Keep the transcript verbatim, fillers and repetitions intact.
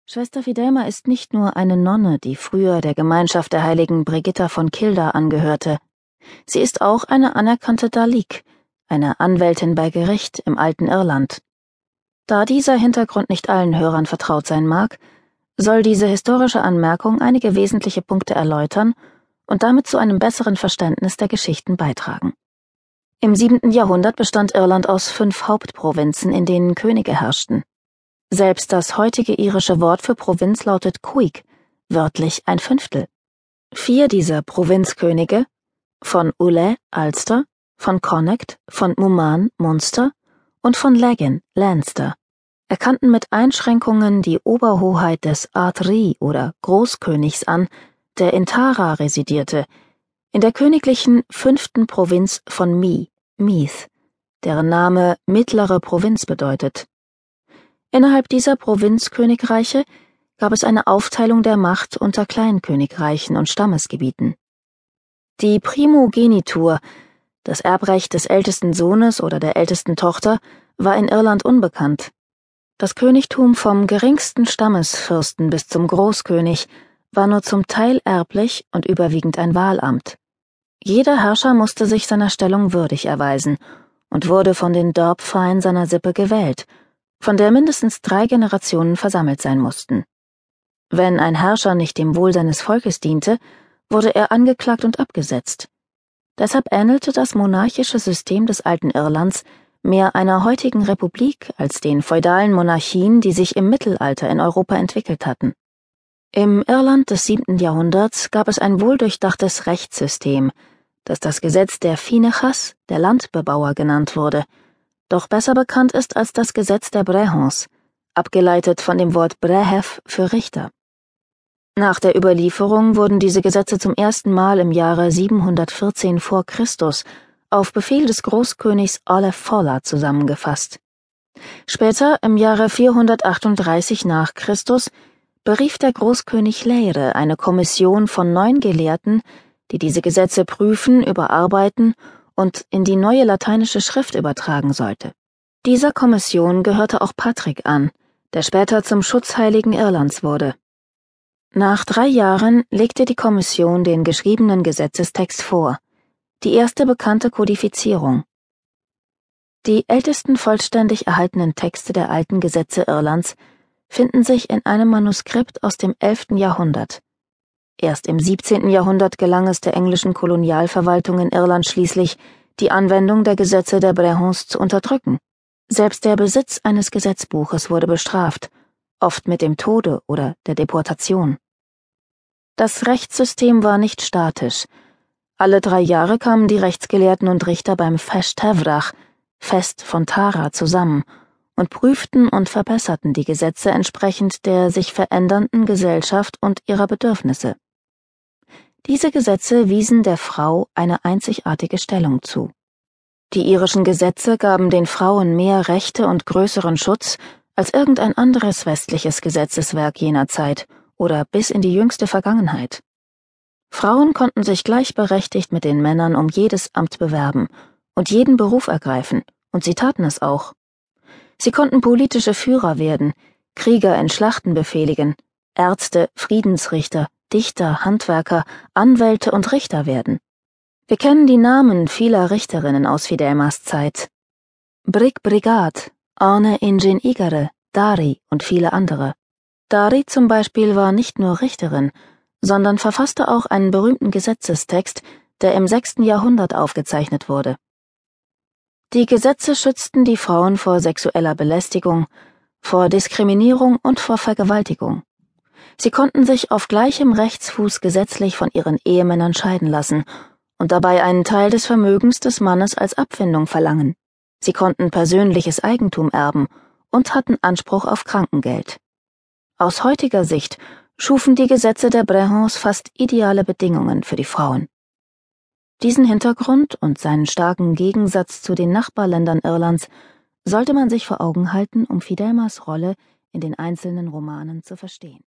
Schwester Fidelma ist nicht nur eine Nonne, die früher der Gemeinschaft der heiligen Brigitta von Kilda angehörte. Sie ist auch eine anerkannte Dalik, eine Anwältin bei Gericht im alten Irland. Da dieser Hintergrund nicht allen Hörern vertraut sein mag, soll diese historische Anmerkung einige wesentliche Punkte erläutern und damit zu einem besseren Verständnis der Geschichten beitragen. Im siebenten Jahrhundert bestand Irland aus fünf Hauptprovinzen, in denen Könige herrschten. Selbst das heutige irische Wort für Provinz lautet Cuig, wörtlich ein Fünftel. Vier dieser Provinzkönige, von Ulle, Ulster, von Connacht, von Muman, Munster und von Lagin, Leinster, erkannten mit Einschränkungen die Oberhoheit des Ard Ri oder Großkönigs an, der in Tara residierte, in der königlichen fünften Provinz von Mee, Meath, deren Name mittlere Provinz bedeutet. Innerhalb dieser Provinzkönigreiche gab es eine Aufteilung der Macht unter Kleinkönigreichen und Stammesgebieten. Die Primogenitur, das Erbrecht des ältesten Sohnes oder der ältesten Tochter, war in Irland unbekannt. Das Königtum vom geringsten Stammesfürsten bis zum Großkönig war nur zum Teil erblich und überwiegend ein Wahlamt. Jeder Herrscher musste sich seiner Stellung würdig erweisen und wurde von den Dörpfeien seiner Sippe gewählt, von der mindestens drei Generationen versammelt sein mussten. Wenn ein Herrscher nicht dem Wohl seines Volkes diente, wurde er angeklagt und abgesetzt. Deshalb ähnelte das monarchische System des alten Irlands mehr einer heutigen Republik als den feudalen Monarchien, die sich im Mittelalter in Europa entwickelt hatten. Im Irland des siebten Jahrhunderts gab es ein wohldurchdachtes Rechtssystem, das das Gesetz der Fínechas, der Landbebauer, genannt wurde, doch besser bekannt ist als das Gesetz der Brehons, abgeleitet von dem Wort Brehef für Richter. Nach der Überlieferung wurden diese Gesetze zum ersten Mal im Jahre siebenhundertvierzehn vor Christus auf Befehl des Großkönigs Olaf Falla zusammengefasst. Später, im Jahre vierhundertachtunddreißig nach Christus, berief der Großkönig Leire eine Kommission von neun Gelehrten, die diese Gesetze prüfen, überarbeiten und in die neue lateinische Schrift übertragen sollte. Dieser Kommission gehörte auch Patrick an, der später zum Schutzheiligen Irlands wurde. Nach drei Jahren legte die Kommission den geschriebenen Gesetzestext vor, die erste bekannte Kodifizierung. Die ältesten vollständig erhaltenen Texte der alten Gesetze Irlands finden sich in einem Manuskript aus dem elften Jahrhundert. Erst im siebzehnten Jahrhundert gelang es der englischen Kolonialverwaltung in Irland schließlich, die Anwendung der Gesetze der Brehons zu unterdrücken. Selbst der Besitz eines Gesetzbuches wurde bestraft, oft mit dem Tode oder der Deportation. Das Rechtssystem war nicht statisch. Alle drei Jahre kamen die Rechtsgelehrten und Richter beim Feis Tevrach, Fest von Tara, zusammen und prüften und verbesserten die Gesetze entsprechend der sich verändernden Gesellschaft und ihrer Bedürfnisse. Diese Gesetze wiesen der Frau eine einzigartige Stellung zu. Die irischen Gesetze gaben den Frauen mehr Rechte und größeren Schutz als irgendein anderes westliches Gesetzeswerk jener Zeit oder bis in die jüngste Vergangenheit. Frauen konnten sich gleichberechtigt mit den Männern um jedes Amt bewerben und jeden Beruf ergreifen, und sie taten es auch. Sie konnten politische Führer werden, Krieger in Schlachten befehligen, Ärzte, Friedensrichter, Dichter, Handwerker, Anwälte und Richter werden. Wir kennen die Namen vieler Richterinnen aus Fidelmas Zeit. Brig Brigad, Arne Ingen Igare, Dari und viele andere. Dari zum Beispiel war nicht nur Richterin, sondern verfasste auch einen berühmten Gesetzestext, der im sechsten Jahrhundert aufgezeichnet wurde. Die Gesetze schützten die Frauen vor sexueller Belästigung, vor Diskriminierung und vor Vergewaltigung. Sie konnten sich auf gleichem Rechtsfuß gesetzlich von ihren Ehemännern scheiden lassen und dabei einen Teil des Vermögens des Mannes als Abfindung verlangen. Sie konnten persönliches Eigentum erben und hatten Anspruch auf Krankengeld. Aus heutiger Sicht schufen die Gesetze der Brehons fast ideale Bedingungen für die Frauen. Diesen Hintergrund und seinen starken Gegensatz zu den Nachbarländern Irlands sollte man sich vor Augen halten, um Fidelmas Rolle in den einzelnen Romanen zu verstehen.